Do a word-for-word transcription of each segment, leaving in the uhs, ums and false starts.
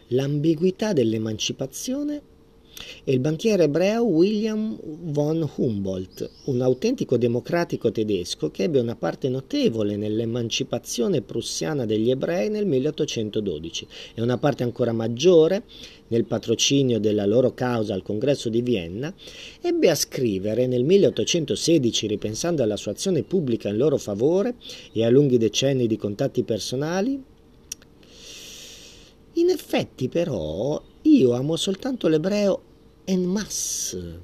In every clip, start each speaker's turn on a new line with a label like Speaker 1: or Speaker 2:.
Speaker 1: L'ambiguità dell'emancipazione e il banchiere ebreo William von Humboldt, un autentico democratico tedesco che ebbe una parte notevole nell'emancipazione prussiana degli ebrei nel milleottocentododici e una parte ancora maggiore nel patrocinio della loro causa al Congresso di Vienna, ebbe a scrivere nel milleottocentosedici, ripensando alla sua azione pubblica in loro favore e a lunghi decenni di contatti personali: in effetti però io amo soltanto l'ebreo en masse,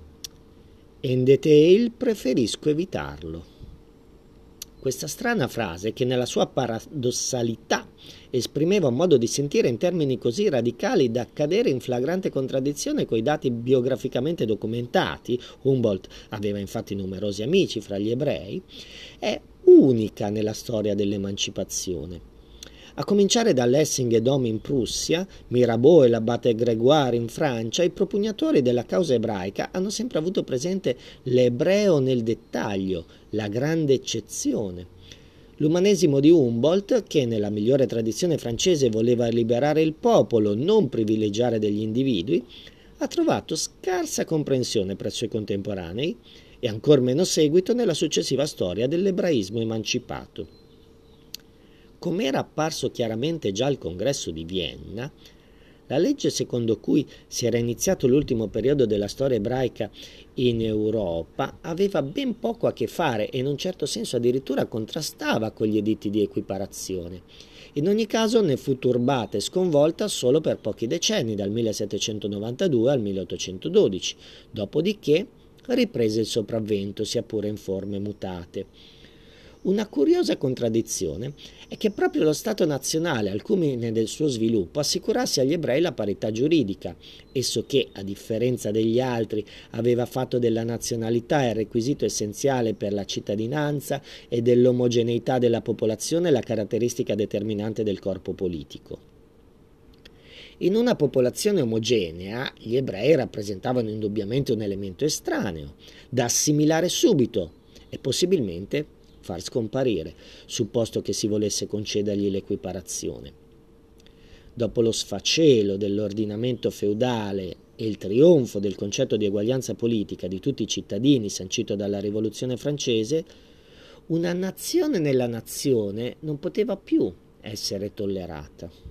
Speaker 1: in detail preferisco evitarlo. Questa strana frase, che nella sua paradossalità esprimeva un modo di sentire in termini così radicali da cadere in flagrante contraddizione coi dati biograficamente documentati — Humboldt aveva infatti numerosi amici fra gli ebrei — è unica nella storia dell'emancipazione. A cominciare da Lessing e Dohm in Prussia, Mirabeau e l'abate Grégoire in Francia, i propugnatori della causa ebraica hanno sempre avuto presente l'ebreo nel dettaglio, la grande eccezione. L'umanesimo di Humboldt, che nella migliore tradizione francese voleva liberare il popolo, non privilegiare degli individui, ha trovato scarsa comprensione presso i contemporanei e ancor meno seguito nella successiva storia dell'ebraismo emancipato. Come era apparso chiaramente già al Congresso di Vienna, la legge secondo cui si era iniziato l'ultimo periodo della storia ebraica in Europa aveva ben poco a che fare e in un certo senso addirittura contrastava con gli editti di equiparazione. In ogni caso ne fu turbata e sconvolta solo per pochi decenni, dal millesettecentonovantadue al milleottocentododici, dopodiché riprese il sopravvento, sia pure in forme mutate. Una curiosa contraddizione è che proprio lo Stato nazionale, al culmine del suo sviluppo, assicurasse agli ebrei la parità giuridica, esso che, a differenza degli altri, aveva fatto della nazionalità il requisito essenziale per la cittadinanza e dell'omogeneità della popolazione la caratteristica determinante del corpo politico. In una popolazione omogenea, gli ebrei rappresentavano indubbiamente un elemento estraneo, da assimilare subito e possibilmente far scomparire, supposto che si volesse concedergli l'equiparazione. Dopo lo sfacelo dell'ordinamento feudale e il trionfo del concetto di eguaglianza politica di tutti i cittadini sancito dalla Rivoluzione francese, una nazione nella nazione non poteva più essere tollerata.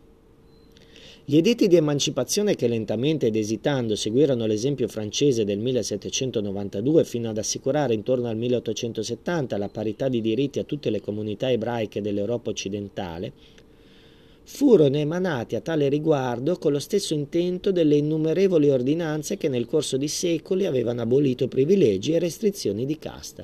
Speaker 1: Gli editti di emancipazione che lentamente ed esitando seguirono l'esempio francese del millesettecentonovantadue fino ad assicurare intorno al milleottocentosettanta la parità di diritti a tutte le comunità ebraiche dell'Europa occidentale, furono emanati a tale riguardo con lo stesso intento delle innumerevoli ordinanze che nel corso di secoli avevano abolito privilegi e restrizioni di casta.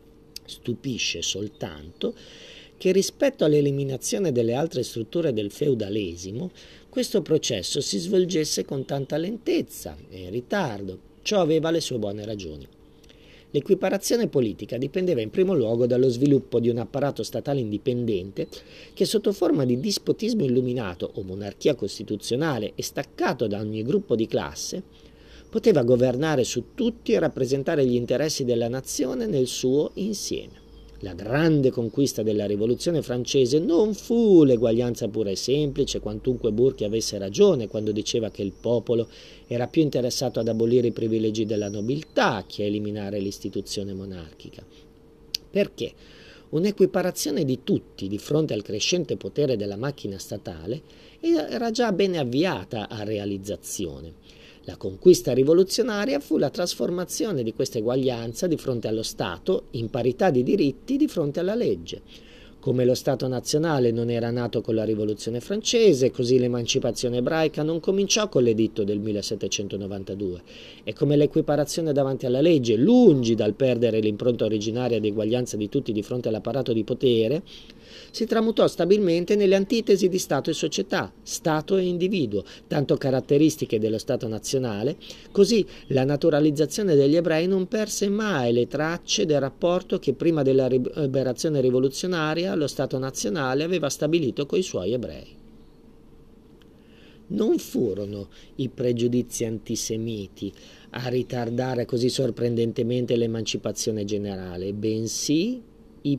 Speaker 1: Stupisce soltanto che rispetto all'eliminazione delle altre strutture del feudalesimo, questo processo si svolgesse con tanta lentezza e in ritardo. Ciò aveva le sue buone ragioni. L'equiparazione politica dipendeva in primo luogo dallo sviluppo di un apparato statale indipendente che, sotto forma di dispotismo illuminato o monarchia costituzionale e staccato da ogni gruppo di classe, poteva governare su tutti e rappresentare gli interessi della nazione nel suo insieme. La grande conquista della Rivoluzione francese non fu l'eguaglianza pura e semplice, quantunque Burke avesse ragione quando diceva che il popolo era più interessato ad abolire i privilegi della nobiltà che a eliminare l'istituzione monarchica. Perché un'equiparazione di tutti di fronte al crescente potere della macchina statale era già ben avviata a realizzazione. La conquista rivoluzionaria fu la trasformazione di questa eguaglianza di fronte allo Stato in parità di diritti di fronte alla legge. Come lo Stato nazionale non era nato con la Rivoluzione francese, così l'emancipazione ebraica non cominciò con l'editto del millesettecentonovantadue, e come l'equiparazione davanti alla legge, lungi dal perdere l'impronta originaria di eguaglianza di tutti di fronte all'apparato di potere, si tramutò stabilmente nelle antitesi di Stato e società, Stato e individuo, tanto caratteristiche dello Stato nazionale, così la naturalizzazione degli ebrei non perse mai le tracce del rapporto che prima della liberazione rivoluzionaria lo Stato nazionale aveva stabilito coi suoi ebrei. Non furono i pregiudizi antisemiti a ritardare così sorprendentemente l'emancipazione generale, bensì i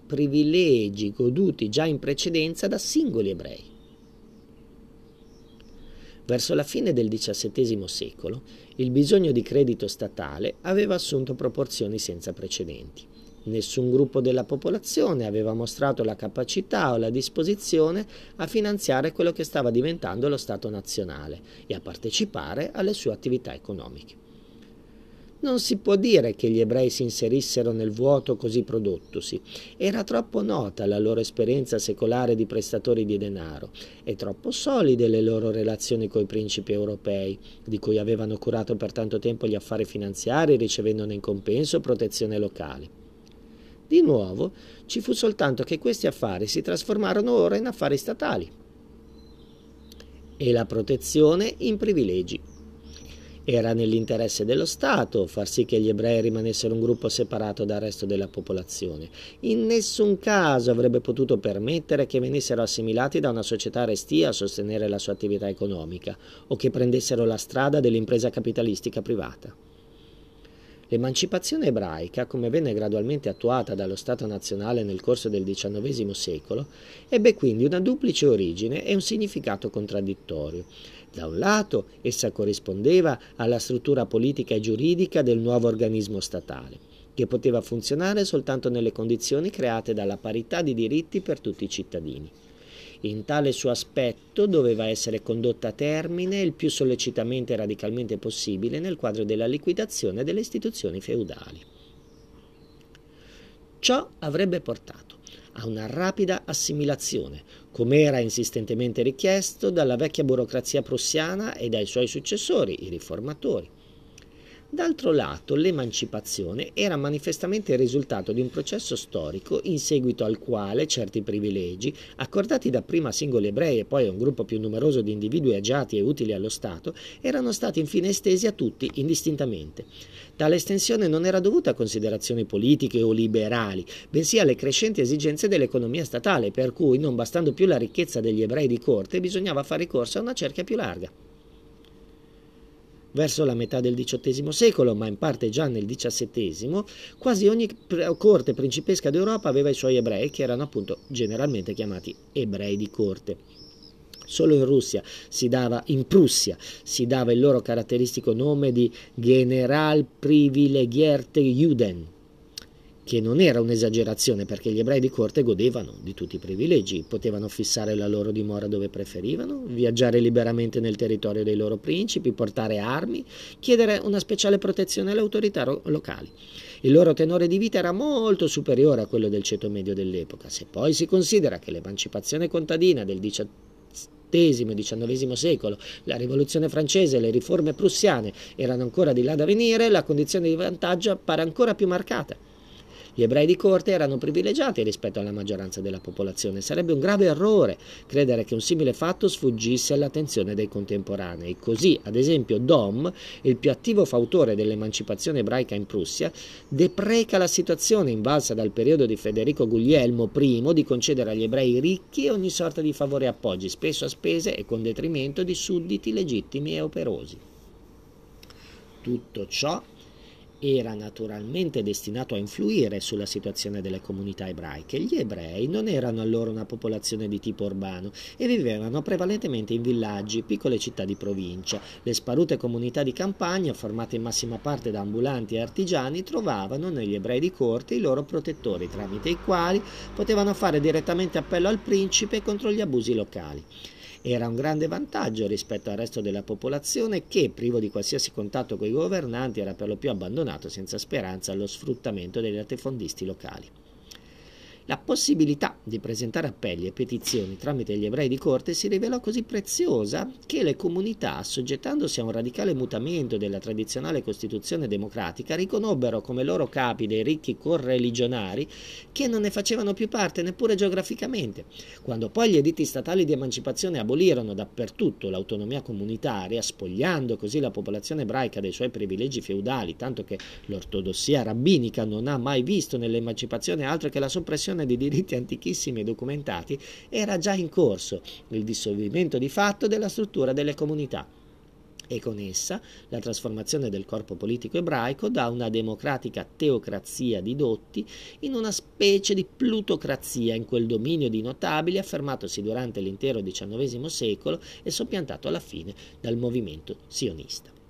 Speaker 1: privilegi goduti già in precedenza da singoli ebrei. Verso la fine del diciassettesimo secolo, il bisogno di credito statale aveva assunto proporzioni senza precedenti. Nessun gruppo della popolazione aveva mostrato la capacità o la disposizione a finanziare quello che stava diventando lo Stato nazionale e a partecipare alle sue attività economiche. Non si può dire che gli ebrei si inserissero nel vuoto così prodottosi. Era troppo nota la loro esperienza secolare di prestatori di denaro e troppo solide le loro relazioni coi principi europei, di cui avevano curato per tanto tempo gli affari finanziari, ricevendone in compenso protezione locale. Di nuovo, ci fu soltanto che questi affari si trasformarono ora in affari statali e la protezione in privilegi. Era nell'interesse dello Stato far sì che gli ebrei rimanessero un gruppo separato dal resto della popolazione. In nessun caso avrebbe potuto permettere che venissero assimilati da una società restia a sostenere la sua attività economica o che prendessero la strada dell'impresa capitalistica privata. L'emancipazione ebraica, come venne gradualmente attuata dallo Stato nazionale nel corso del diciannovesimo secolo, ebbe quindi una duplice origine e un significato contraddittorio. Da un lato, essa corrispondeva alla struttura politica e giuridica del nuovo organismo statale, che poteva funzionare soltanto nelle condizioni create dalla parità di diritti per tutti i cittadini. In tale suo aspetto doveva essere condotta a termine il più sollecitamente e radicalmente possibile nel quadro della liquidazione delle istituzioni feudali. Ciò avrebbe portato a una rapida assimilazione, come era insistentemente richiesto dalla vecchia burocrazia prussiana e dai suoi successori, i riformatori. D'altro lato, l'emancipazione era manifestamente il risultato di un processo storico in seguito al quale certi privilegi, accordati dapprima a singoli ebrei e poi a un gruppo più numeroso di individui agiati e utili allo Stato, erano stati infine estesi a tutti indistintamente. Tale estensione non era dovuta a considerazioni politiche o liberali, bensì alle crescenti esigenze dell'economia statale, per cui, non bastando più la ricchezza degli ebrei di corte, bisognava fare ricorso a una cerchia più larga. Verso la metà del diciottesimo secolo, ma in parte già nel diciassettesimo, quasi ogni corte principesca d'Europa aveva i suoi ebrei, che erano appunto generalmente chiamati ebrei di corte. Solo in Russia si dava, in Prussia, si dava il loro caratteristico nome di Generalprivilegierte Juden, che non era un'esagerazione perché gli ebrei di corte godevano di tutti i privilegi, potevano fissare la loro dimora dove preferivano, viaggiare liberamente nel territorio dei loro principi, portare armi, chiedere una speciale protezione alle autorità ro- locali. Il loro tenore di vita era molto superiore a quello del ceto medio dell'epoca. Se poi si considera che l'emancipazione contadina del diciottesimo e diciannovesimo secolo, la rivoluzione francese e le riforme prussiane erano ancora di là da venire, la condizione di vantaggio appare ancora più marcata. Gli ebrei di corte erano privilegiati rispetto alla maggioranza della popolazione. Sarebbe un grave errore credere che un simile fatto sfuggisse all'attenzione dei contemporanei. Così, ad esempio, Dom, il più attivo fautore dell'emancipazione ebraica in Prussia, depreca la situazione invalsa dal periodo di Federico Guglielmo I di concedere agli ebrei ricchi ogni sorta di favori e appoggi, spesso a spese e con detrimento di sudditi legittimi e operosi. Tutto ciò era naturalmente destinato a influire sulla situazione delle comunità ebraiche. Gli ebrei non erano allora una popolazione di tipo urbano e vivevano prevalentemente in villaggi, piccole città di provincia. Le sparute comunità di campagna, formate in massima parte da ambulanti e artigiani, trovavano negli ebrei di corte i loro protettori, tramite i quali potevano fare direttamente appello al principe contro gli abusi locali. Era un grande vantaggio rispetto al resto della popolazione che, privo di qualsiasi contatto con i governanti, era per lo più abbandonato senza speranza allo sfruttamento dei latifondisti locali. La possibilità di presentare appelli e petizioni tramite gli ebrei di corte si rivelò così preziosa che le comunità, assoggettandosi a un radicale mutamento della tradizionale Costituzione democratica, riconobbero come loro capi dei ricchi correligionari che non ne facevano più parte neppure geograficamente. Quando poi gli editti statali di emancipazione abolirono dappertutto l'autonomia comunitaria, spogliando così la popolazione ebraica dei suoi privilegi feudali, tanto che l'ortodossia rabbinica non ha mai visto nell'emancipazione altro che la soppressione di diritti antichissimi e documentati, era già in corso il dissolvimento di fatto della struttura delle comunità. e con essa la trasformazione del corpo politico ebraico da una democratica teocrazia di dotti in una specie di plutocrazia in quel dominio di notabili affermatosi durante l'intero diciannovesimo secolo e soppiantato alla fine dal movimento sionista.